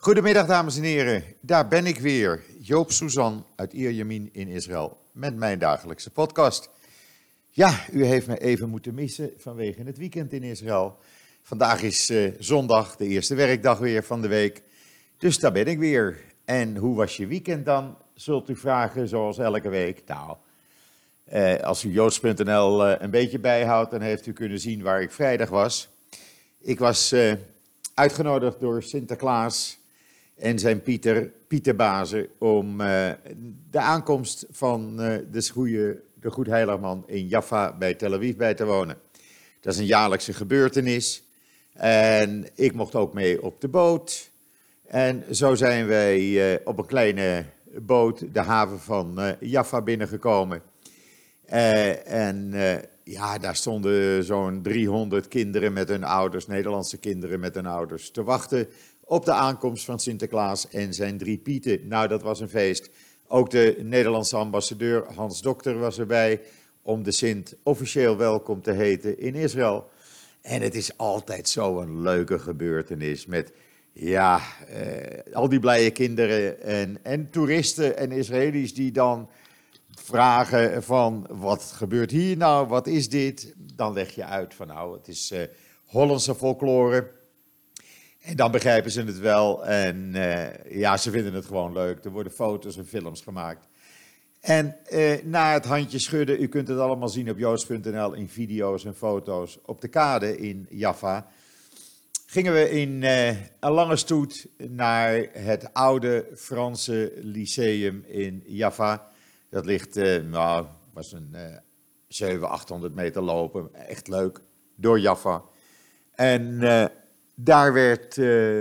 Goedemiddag dames en heren, daar ben ik weer, Joop Suzan uit Ierjemien in Israël, met mijn dagelijkse podcast. Ja, u heeft me even moeten missen vanwege het weekend in Israël. Vandaag is zondag, de eerste werkdag weer van de week, dus daar ben ik weer. En hoe was je weekend dan, zult u vragen, zoals elke week? Nou, als u joods.nl een beetje bijhoudt, dan heeft u kunnen zien waar ik vrijdag was. Ik was uitgenodigd door Sinterklaas en zijn Pieterbazen om de aankomst van de Goedheiligman in Jaffa bij Tel Aviv bij te wonen. Dat is een jaarlijkse gebeurtenis en ik mocht ook mee op de boot. En zo zijn wij op een kleine boot de haven van Jaffa binnengekomen. Ja, daar stonden zo'n 300 kinderen met hun ouders, Nederlandse kinderen met hun ouders, te wachten op de aankomst van Sinterklaas en zijn 3 Pieten. Nou, dat was een feest. Ook de Nederlandse ambassadeur Hans Dokter was erbij om de Sint officieel welkom te heten in Israël. En het is altijd zo'n leuke gebeurtenis met, ja, al die blije kinderen en toeristen en Israëli's die dan vragen van, wat gebeurt hier nou, wat is dit? Dan leg je uit van, nou, het is Hollandse folklore. En dan begrijpen ze het wel en ja, ze vinden het gewoon leuk. Er worden foto's en films gemaakt. En na het handje schudden, u kunt het allemaal zien op joods.nl in video's en foto's op de kade in Jaffa, gingen we in een lange stoet naar het oude Franse Lyceum in Jaffa. Dat ligt, was een 700-800 meter lopen, echt leuk, door Jaffa. En daar werd,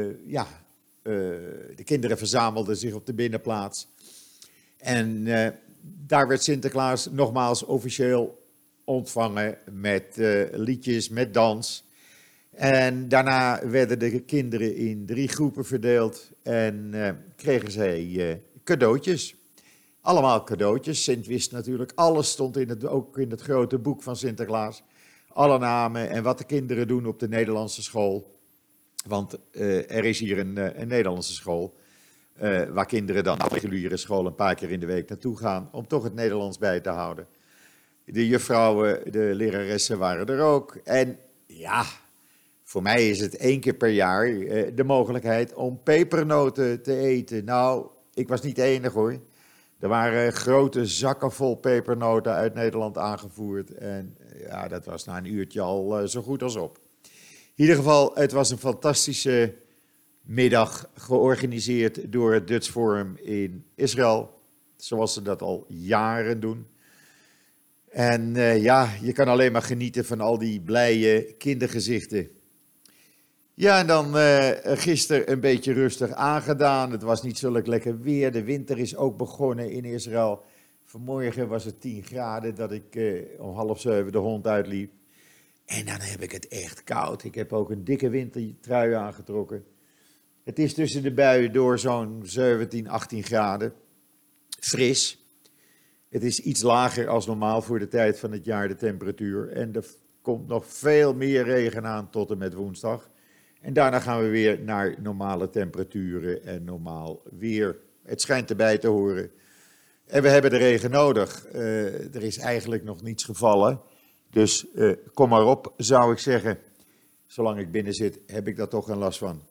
de kinderen verzamelden zich op de binnenplaats. En daar werd Sinterklaas nogmaals officieel ontvangen met liedjes, met dans. En daarna werden de kinderen in 3 groepen verdeeld en kregen zij cadeautjes. Allemaal cadeautjes. Sint wist natuurlijk, alles stond ook in het grote boek van Sinterklaas. Alle namen en wat de kinderen doen op de Nederlandse school. Want er is hier een Nederlandse school, waar kinderen dan op de reguliere school een paar keer in de week naartoe gaan, om toch het Nederlands bij te houden. De juffrouwen, de leraressen waren er ook. En ja, voor mij is het 1 keer per jaar de mogelijkheid om pepernoten te eten. Nou, ik was niet de enige hoor. Er waren grote zakken vol pepernoten uit Nederland aangevoerd. En ja, dat was na een uurtje al zo goed als op. In ieder geval, het was een fantastische middag georganiseerd door het Dutch Forum in Israël. Zoals ze dat al jaren doen. En ja, je kan alleen maar genieten van al die blije kindergezichten. Ja, en dan gisteren een beetje rustig aangedaan. Het was niet zulk lekker weer. De winter is ook begonnen in Israël. Vanmorgen was het 10 graden dat ik om 6:30 de hond uitliep. En dan heb ik het echt koud. Ik heb ook een dikke wintertrui aangetrokken. Het is tussen de buien door zo'n 17, 18 graden. Fris. Het is iets lager als normaal voor de tijd van het jaar, de temperatuur. En er komt nog veel meer regen aan tot en met woensdag. En daarna gaan we weer naar normale temperaturen en normaal weer. Het schijnt erbij te horen. En we hebben de regen nodig. Er is eigenlijk nog niets gevallen. Dus kom maar op, zou ik zeggen. Zolang ik binnen zit, heb ik daar toch geen last van.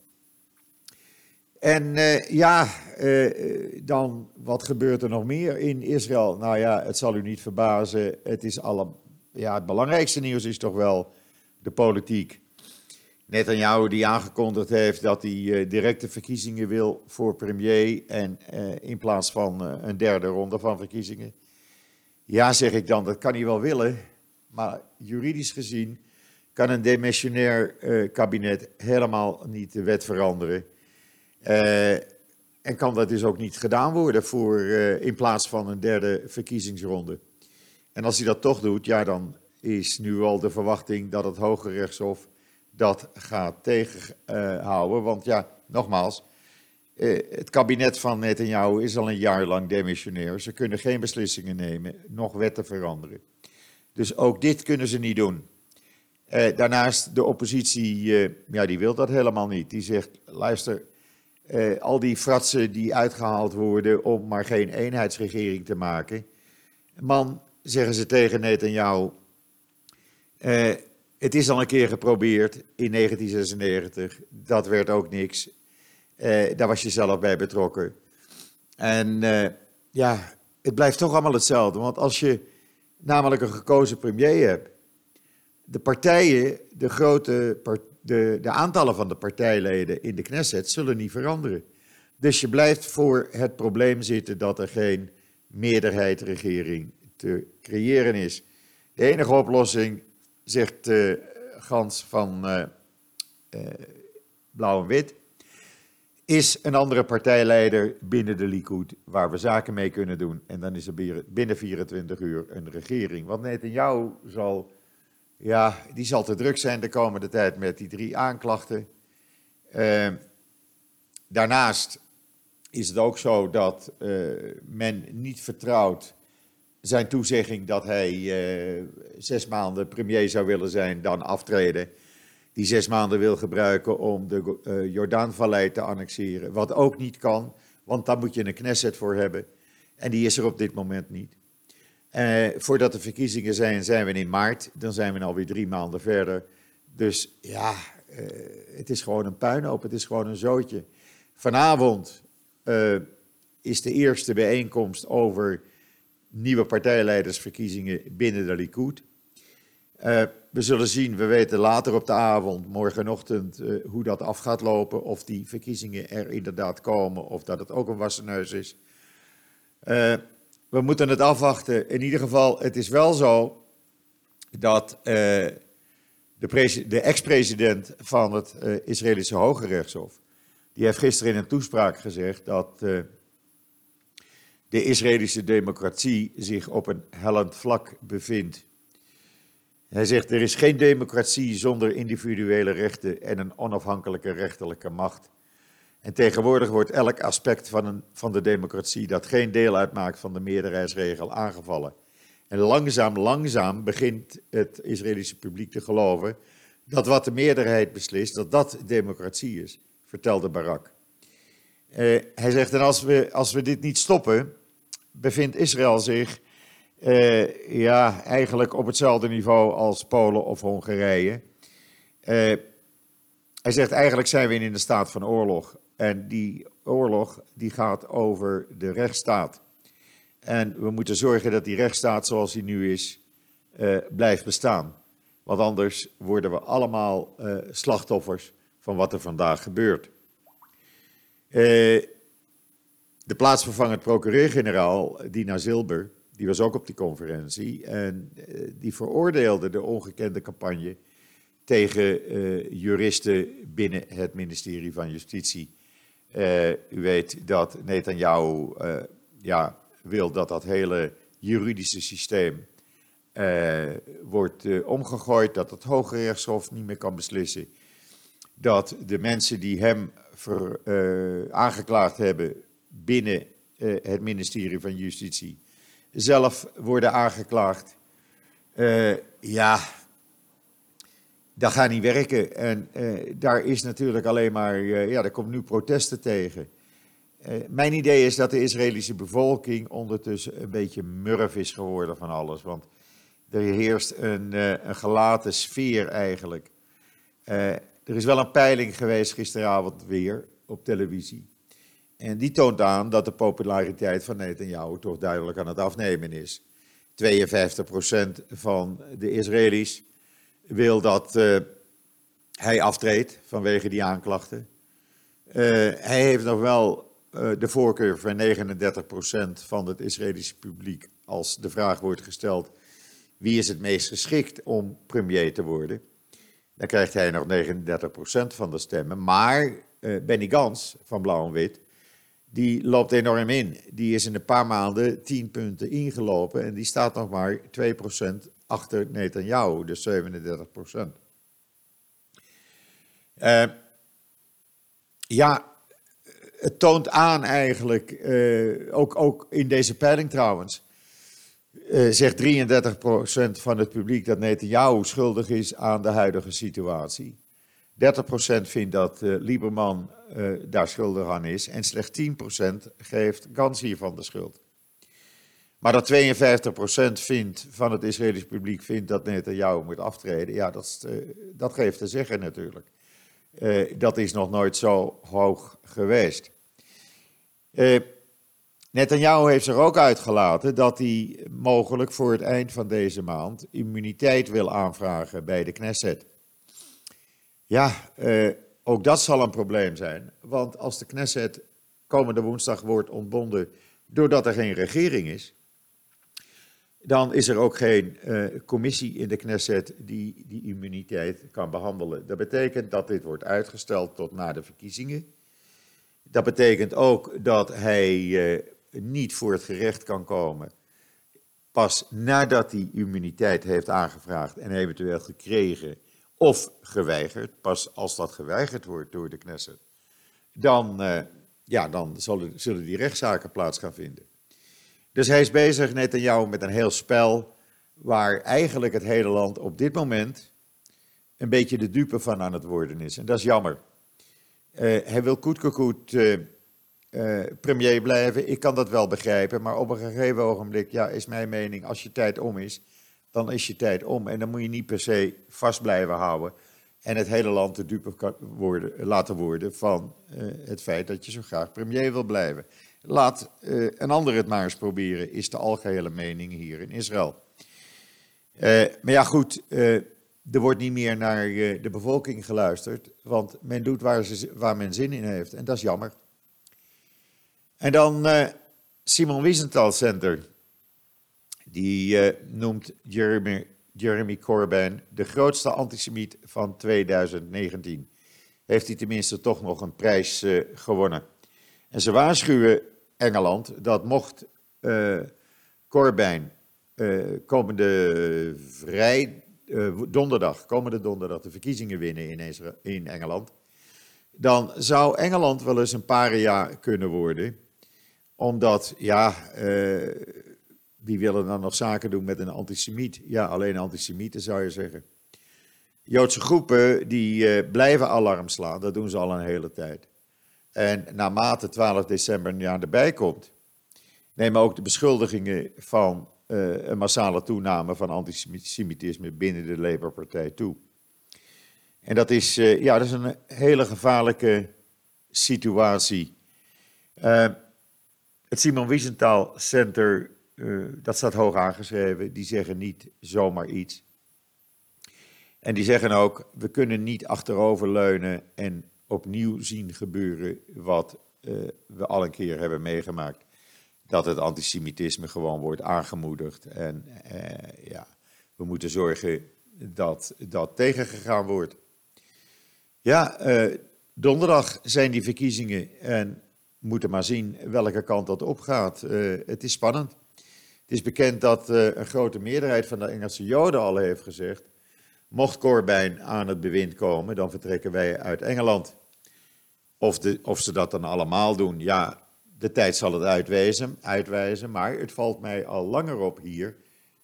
En dan, wat gebeurt er nog meer in Israël? Nou ja, het zal u niet verbazen. Het belangrijkste nieuws is toch wel de politiek. Netanyahu die aangekondigd heeft dat hij directe verkiezingen wil voor premier en in plaats van een 3e ronde van verkiezingen. Ja, zeg ik dan, dat kan hij wel willen, maar juridisch gezien kan een demissionair kabinet helemaal niet de wet veranderen. En kan dat dus ook niet gedaan worden in plaats van een 3e verkiezingsronde. En als hij dat toch doet, ja, dan is nu al de verwachting dat het Hoge Rechtshof dat gaat tegenhouden. Want ja, nogmaals, het kabinet van Netanyahu is al een jaar lang demissionair. Ze kunnen geen beslissingen nemen, nog wetten veranderen. Dus ook dit kunnen ze niet doen. Daarnaast, de oppositie, die wil dat helemaal niet. Die zegt, luister, Al die fratsen die uitgehaald worden om maar geen eenheidsregering te maken. Man, zeggen ze tegen Netanyahu, het is al een keer geprobeerd in 1996. Dat werd ook niks. Daar was je zelf bij betrokken. En ja, het blijft toch allemaal hetzelfde. Want als je namelijk een gekozen premier hebt, de partijen, de aantallen van de partijleden in de Knesset zullen niet veranderen. Dus je blijft voor het probleem zitten dat er geen meerderheidsregering te creëren is. De enige oplossing, zegt Gans van Blauw en Wit, is een andere partijleider binnen de Likud waar we zaken mee kunnen doen. En dan is er binnen 24 uur een regering. Want Netanyahu die zal te druk zijn de komende tijd met die 3 aanklachten. Daarnaast is het ook zo dat men niet vertrouwt zijn toezegging dat hij 6 maanden premier zou willen zijn, dan aftreden. Die 6 maanden wil gebruiken om de Jordaanvallei te annexeren. Wat ook niet kan, want daar moet je een Knesset voor hebben. En die is er op dit moment niet. Voordat de verkiezingen zijn we in maart. Dan zijn we alweer 3 maanden verder. Dus ja, het is gewoon een puinhoop. Het is gewoon een zootje. Vanavond is de eerste bijeenkomst over nieuwe partijleidersverkiezingen binnen de Likud. We zullen zien, we weten later op de avond, morgenochtend, hoe dat af gaat lopen. Of die verkiezingen er inderdaad komen of dat het ook een wassen neus is. We moeten het afwachten. In ieder geval, het is wel zo dat de ex-president van het Israëlische Hoge Rechtshof, die heeft gisteren in een toespraak gezegd dat de Israëlische democratie zich op een hellend vlak bevindt. Hij zegt, er is geen democratie zonder individuele rechten en een onafhankelijke rechterlijke macht. En tegenwoordig wordt elk aspect van de democratie dat geen deel uitmaakt van de meerderheidsregel aangevallen. En langzaam begint het Israëlische publiek te geloven dat wat de meerderheid beslist, dat dat democratie is, vertelde Barak. Hij zegt, en als we dit niet stoppen, bevindt Israël zich eigenlijk op hetzelfde niveau als Polen of Hongarije. Hij zegt, eigenlijk zijn we in een staat van oorlog. En die oorlog die gaat over de rechtsstaat. En we moeten zorgen dat die rechtsstaat zoals die nu is, blijft bestaan. Want anders worden we allemaal slachtoffers van wat er vandaag gebeurt. De plaatsvervangend procureur-generaal, Dina Zilber, die was ook op die conferentie. En die veroordeelde de ongekende campagne tegen juristen binnen het ministerie van Justitie. U weet dat Netanyahu wil dat dat hele juridische systeem wordt omgegooid, dat het Hoge Rechtshof niet meer kan beslissen, dat de mensen die hem aangeklaagd hebben binnen het ministerie van Justitie zelf worden aangeklaagd. Dat gaat niet werken. En daar is natuurlijk alleen maar, er komt nu protesten tegen. Mijn idee is dat de Israëlische bevolking ondertussen een beetje murf is geworden van alles. Want er heerst een gelaten sfeer eigenlijk. Er is wel een peiling geweest gisteravond weer op televisie. En die toont aan dat de populariteit van Netanyahu toch duidelijk aan het afnemen is. 52% van de Israëli's wil dat hij aftreedt vanwege die aanklachten. Hij heeft nog wel de voorkeur van 39% van het Israëlische publiek als de vraag wordt gesteld wie is het meest geschikt om premier te worden. Dan krijgt hij nog 39% van de stemmen. Maar Benny Gantz van Blauw en Wit, die loopt enorm in. Die is in een paar maanden 10 punten ingelopen en die staat nog maar 2% achter Netanyahu, dus 37%. Het toont aan eigenlijk, ook in deze peiling trouwens, zegt 33% van het publiek dat Netanyahu schuldig is aan de huidige situatie. 30% vindt dat Lieberman daar schuldig aan is en slechts 10% geeft Gantz hiervan de schuld. Maar dat 52% van het Israëlisch publiek vindt dat Netanyahu moet aftreden, ja, dat geeft te zeggen natuurlijk. Dat is nog nooit zo hoog geweest. Netanyahu heeft er ook uitgelaten dat hij mogelijk voor het eind van deze maand immuniteit wil aanvragen bij de Knesset. Ja, ook dat zal een probleem zijn, want als de Knesset komende woensdag wordt ontbonden doordat er geen regering is, dan is er ook geen commissie in de Knesset die die immuniteit kan behandelen. Dat betekent dat dit wordt uitgesteld tot na de verkiezingen. Dat betekent ook dat hij niet voor het gerecht kan komen, pas nadat hij immuniteit heeft aangevraagd en eventueel gekregen of geweigerd. Pas als dat geweigerd wordt door de Knesset, dan zullen die rechtszaken plaats gaan vinden. Dus hij is bezig, Netanyahu, met een heel spel waar eigenlijk het hele land op dit moment een beetje de dupe van aan het worden is. En dat is jammer. Hij wil koet premier blijven. Ik kan dat wel begrijpen, maar op een gegeven ogenblik, ja, is mijn mening, als je tijd om is, dan is je tijd om. En dan moet je niet per se vast blijven houden en het hele land de dupe laten worden van het feit dat je zo graag premier wil blijven. Laat een ander het maar eens proberen, is de algehele mening hier in Israël. Maar ja, goed, er wordt niet meer naar de bevolking geluisterd, want men doet waar men zin in heeft en dat is jammer. En dan Simon Wiesenthal Center, die noemt Jeremy Corbyn de grootste antisemiet van 2019. Heeft hij tenminste toch nog een prijs gewonnen. En ze waarschuwen Engeland dat mocht Corbyn komende donderdag de verkiezingen winnen in Engeland, dan zou Engeland wel eens een paria kunnen worden, omdat, wie willen dan nog zaken doen met een antisemiet? Ja, alleen antisemieten zou je zeggen. Joodse groepen die blijven alarm slaan, dat doen ze al een hele tijd. En naarmate 12 december erbij komt, nemen ook de beschuldigingen van een massale toename van antisemitisme binnen de Labour-partij toe. En dat is een hele gevaarlijke situatie. Het Simon Wiesenthal Center, dat staat hoog aangeschreven, die zeggen niet zomaar iets. En die zeggen ook, we kunnen niet achteroverleunen en opnieuw zien gebeuren wat we al een keer hebben meegemaakt. Dat het antisemitisme gewoon wordt aangemoedigd. En we moeten zorgen dat dat tegengegaan wordt. Ja, donderdag zijn die verkiezingen en we moeten maar zien welke kant dat opgaat. Het is spannend. Het is bekend dat een grote meerderheid van de Engelse Joden al heeft gezegd, mocht Corbyn aan het bewind komen, dan vertrekken wij uit Engeland. Of ze dat dan allemaal doen, ja, de tijd zal het uitwijzen, maar het valt mij al langer op hier.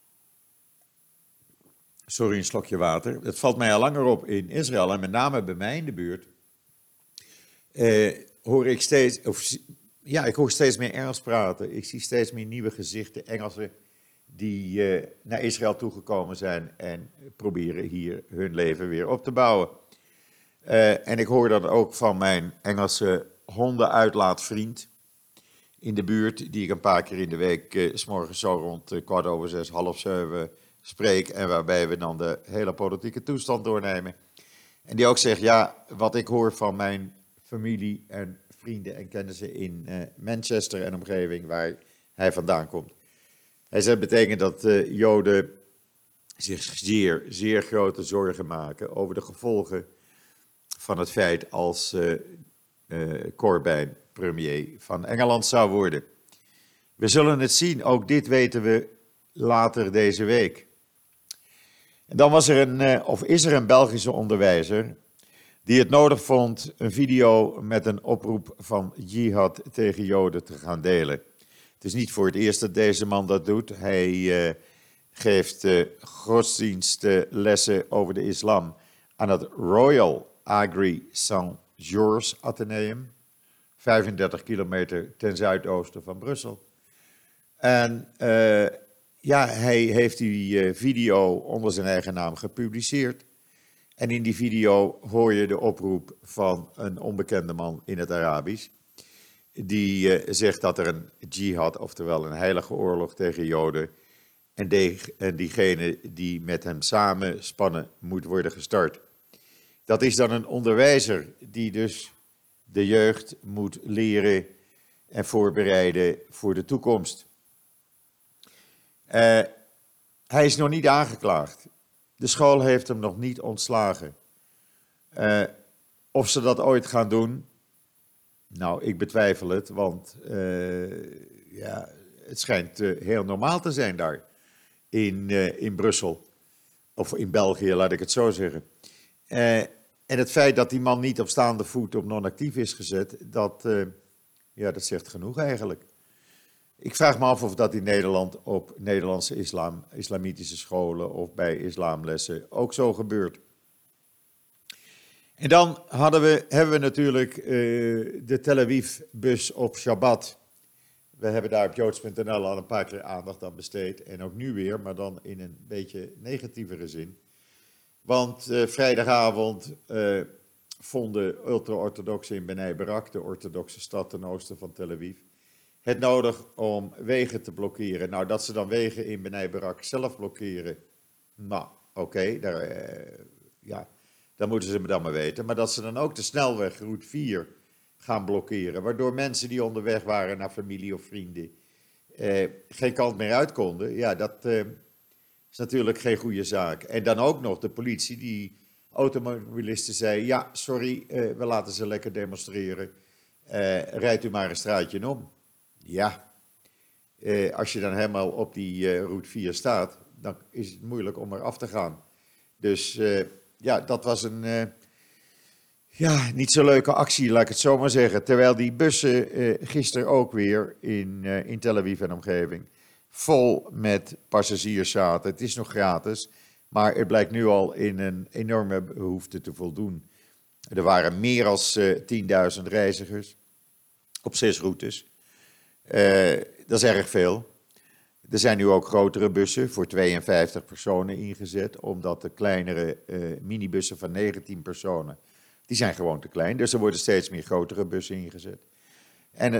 Sorry, een slokje water. Het valt mij al langer op in Israël en met name bij mij in de buurt. Ik hoor steeds meer Engels praten. Ik zie steeds meer nieuwe gezichten, Engelsen, die naar Israël toegekomen zijn en proberen hier hun leven weer op te bouwen. En ik hoor dat ook van mijn Engelse hondenuitlaatvriend in de buurt, die ik een paar keer in de week 's morgens zo rond 6:15, 6:30 spreek en waarbij we dan de hele politieke toestand doornemen. En die ook zegt, ja, wat ik hoor van mijn familie en vrienden en kennissen in Manchester en omgeving waar hij vandaan komt. Hij zegt, betekent dat Joden zich zeer, zeer grote zorgen maken over de gevolgen van het feit als Corbyn premier van Engeland zou worden. We zullen het zien, ook dit weten we later deze week. En dan is er een Belgische onderwijzer die het nodig vond een video met een oproep van jihad tegen Joden te gaan delen. Het is niet voor het eerst dat deze man dat doet. Hij geeft godsdienstlessen over de islam aan het Royal Agri Saint-Georges Atheneum, 35 kilometer ten zuidoosten van Brussel. En ja, hij heeft die video onder zijn eigen naam gepubliceerd. En in die video hoor je de oproep van een onbekende man in het Arabisch. Die zegt dat er een jihad, oftewel een heilige oorlog tegen Joden. En diegene die met hem samenspannen moet worden gestart. Dat is dan een onderwijzer die dus de jeugd moet leren en voorbereiden voor de toekomst. Hij is nog niet aangeklaagd. De school heeft hem nog niet ontslagen. Of ze dat ooit gaan doen, nou, ik betwijfel het, want ja, het schijnt heel normaal te zijn daar in Brussel. Of in België, laat ik het zo zeggen. En het feit dat die man niet op staande voet op non-actief is gezet, ja, dat zegt genoeg eigenlijk. Ik vraag me af of dat in Nederland op Nederlandse islamitische scholen of bij islamlessen ook zo gebeurt. En dan hebben we natuurlijk de Tel Aviv-bus op Shabbat. We hebben daar op joods.nl al een paar keer aandacht aan besteed. En ook nu weer, maar dan in een beetje negatievere zin. Want vrijdagavond vonden ultra-orthodoxen in Bnei Brak, de orthodoxe stad ten oosten van Tel Aviv, het nodig om wegen te blokkeren. Nou, dat ze dan wegen in Bnei Brak zelf blokkeren, nou, oké, ja, dat moeten ze dan maar weten. Maar dat ze dan ook de snelweg route 4 gaan blokkeren, waardoor mensen die onderweg waren naar familie of vrienden geen kant meer uit konden, ja, dat is natuurlijk geen goede zaak. En dan ook nog de politie die automobilisten zei, ja, sorry, we laten ze lekker demonstreren, rijdt u maar een straatje om. Ja, als je dan helemaal op die route 4 staat, dan is het moeilijk om er af te gaan. Dus ja, dat was een ja, niet zo leuke actie, laat ik het zo maar zeggen. Terwijl die bussen gisteren ook weer in Tel Aviv en omgeving vol met passagiers zaten. Het is nog gratis, maar het blijkt nu al in een enorme behoefte te voldoen. Er waren meer dan 10.000 reizigers op 6 routes. Dat is erg veel. Er zijn nu ook grotere bussen voor 52 personen ingezet, omdat de kleinere minibussen van 19 personen, die zijn gewoon te klein. Dus er worden steeds meer grotere bussen ingezet. En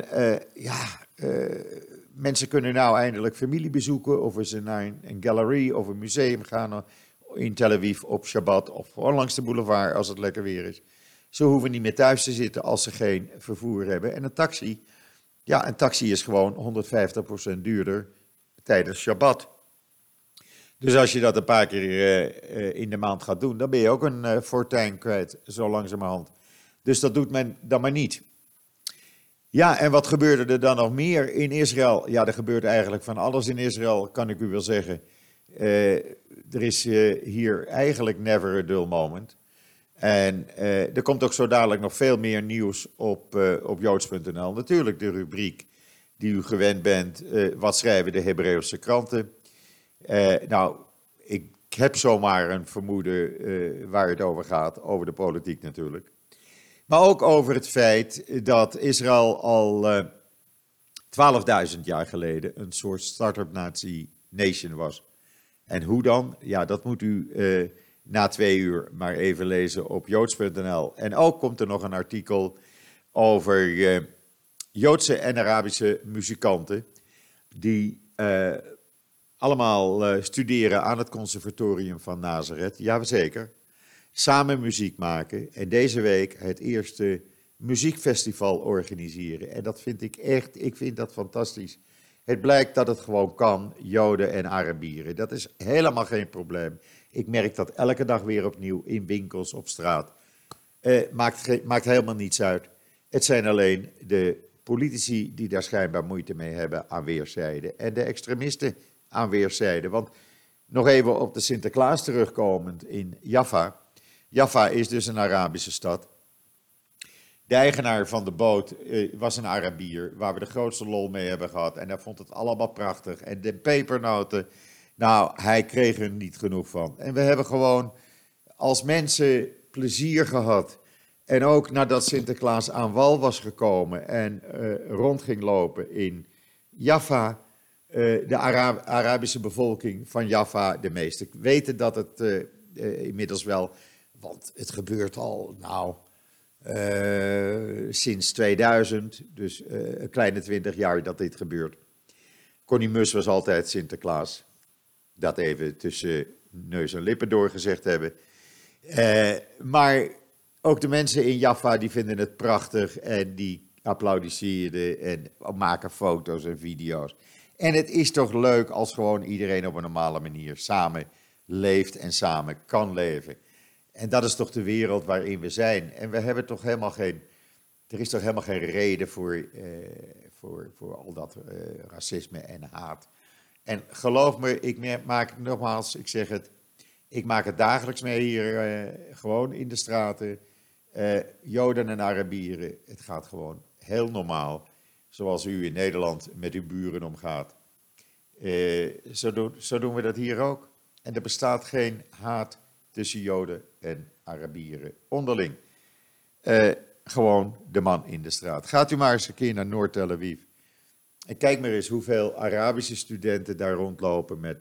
mensen kunnen nou eindelijk familie bezoeken, of ze naar een galerie of een museum gaan in Tel Aviv op Shabbat, of gewoon langs de boulevard als het lekker weer is. Ze hoeven niet meer thuis te zitten als ze geen vervoer hebben. En een taxi is gewoon 150% duurder tijdens Shabbat. Dus als je dat een paar keer in de maand gaat doen, dan ben je ook een fortuin kwijt, zo langzamerhand. Dus dat doet men dan maar niet. Ja, en wat gebeurde er dan nog meer in Israël? Ja, er gebeurt eigenlijk van alles in Israël, kan ik u wel zeggen. Er is hier eigenlijk never a dull moment. En er komt ook zo dadelijk nog veel meer nieuws op joods.nl. Natuurlijk de rubriek die u gewend bent, wat schrijven de Hebreeuwse kranten. Nou, ik heb zomaar een vermoeden waar het over gaat, over de politiek natuurlijk. Maar ook over het feit dat Israël al 12.000 jaar geleden een soort start-up nation was. En hoe dan? Ja, dat moet u na 2 uur maar even lezen op joods.nl. En ook komt er nog een artikel over Joodse en Arabische muzikanten die allemaal studeren aan het conservatorium van Nazareth. Jazeker. Samen muziek maken en deze week het eerste muziekfestival organiseren. En dat vind ik echt, ik vind dat fantastisch. Het blijkt dat het gewoon kan, Joden en Arabieren. Dat is helemaal geen probleem. Ik merk dat elke dag weer opnieuw in winkels, op straat. Maakt helemaal niets uit. Het zijn alleen de politici die daar schijnbaar moeite mee hebben aan weerszijden. En de extremisten aan weerszijden. Want nog even op de Sinterklaas terugkomend in Jaffa. Jaffa is dus een Arabische stad. De eigenaar van de boot was een Arabier, waar we de grootste lol mee hebben gehad. En hij vond het allemaal prachtig. En de pepernoten, nou, hij kreeg er niet genoeg van. En we hebben gewoon als mensen plezier gehad. En ook nadat Sinterklaas aan wal was gekomen en rond ging lopen in Jaffa, de Arabische bevolking van Jaffa, de meesten weten dat het inmiddels wel, want het gebeurt al, sinds 2000, dus een kleine 20 jaar dat dit gebeurt. Connie Mus was altijd Sinterklaas. Dat even tussen neus en lippen doorgezegd hebben. Maar ook de mensen in Jaffa die vinden het prachtig en die applaudisseren en maken foto's en video's. En het is toch leuk als gewoon iedereen op een normale manier samen leeft en samen kan leven. En dat is toch de wereld waarin we zijn. En we hebben toch helemaal geen, er is toch helemaal geen reden voor al dat racisme en haat. En geloof me, ik zeg het, ik maak het dagelijks mee hier, gewoon in de straten. Joden en Arabieren, het gaat gewoon heel normaal. Zoals u in Nederland met uw buren omgaat. Zo doen we dat hier ook. En er bestaat geen haat tussen Joden en Arabieren onderling. Gewoon de man in de straat. Gaat u maar eens een keer naar Noord-Tel Aviv. En kijk maar eens hoeveel Arabische studenten daar rondlopen met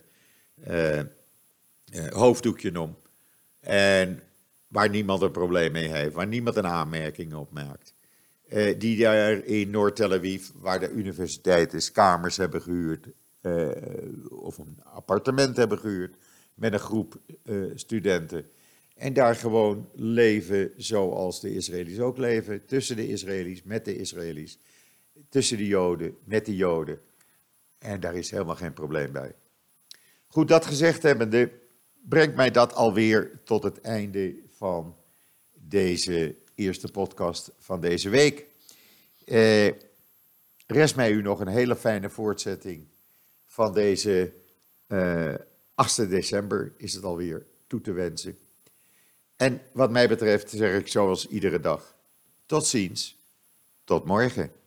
hoofddoekje om. En waar niemand een probleem mee heeft, waar niemand een aanmerking op maakt. Die daar in Noord-Tel Aviv, waar de universiteit is, kamers hebben gehuurd. Of een appartement hebben gehuurd met een groep studenten. En daar gewoon leven zoals de Israëli's ook leven. Tussen de Israëli's, met de Israëli's. Tussen de Joden, met de Joden. En daar is helemaal geen probleem bij. Goed, dat gezegd hebbende, brengt mij dat alweer tot het einde van deze eerste podcast van deze week. Rest mij u nog een hele fijne voortzetting van deze 8 december is het alweer toe te wensen. En wat mij betreft zeg ik zoals iedere dag, tot ziens, tot morgen.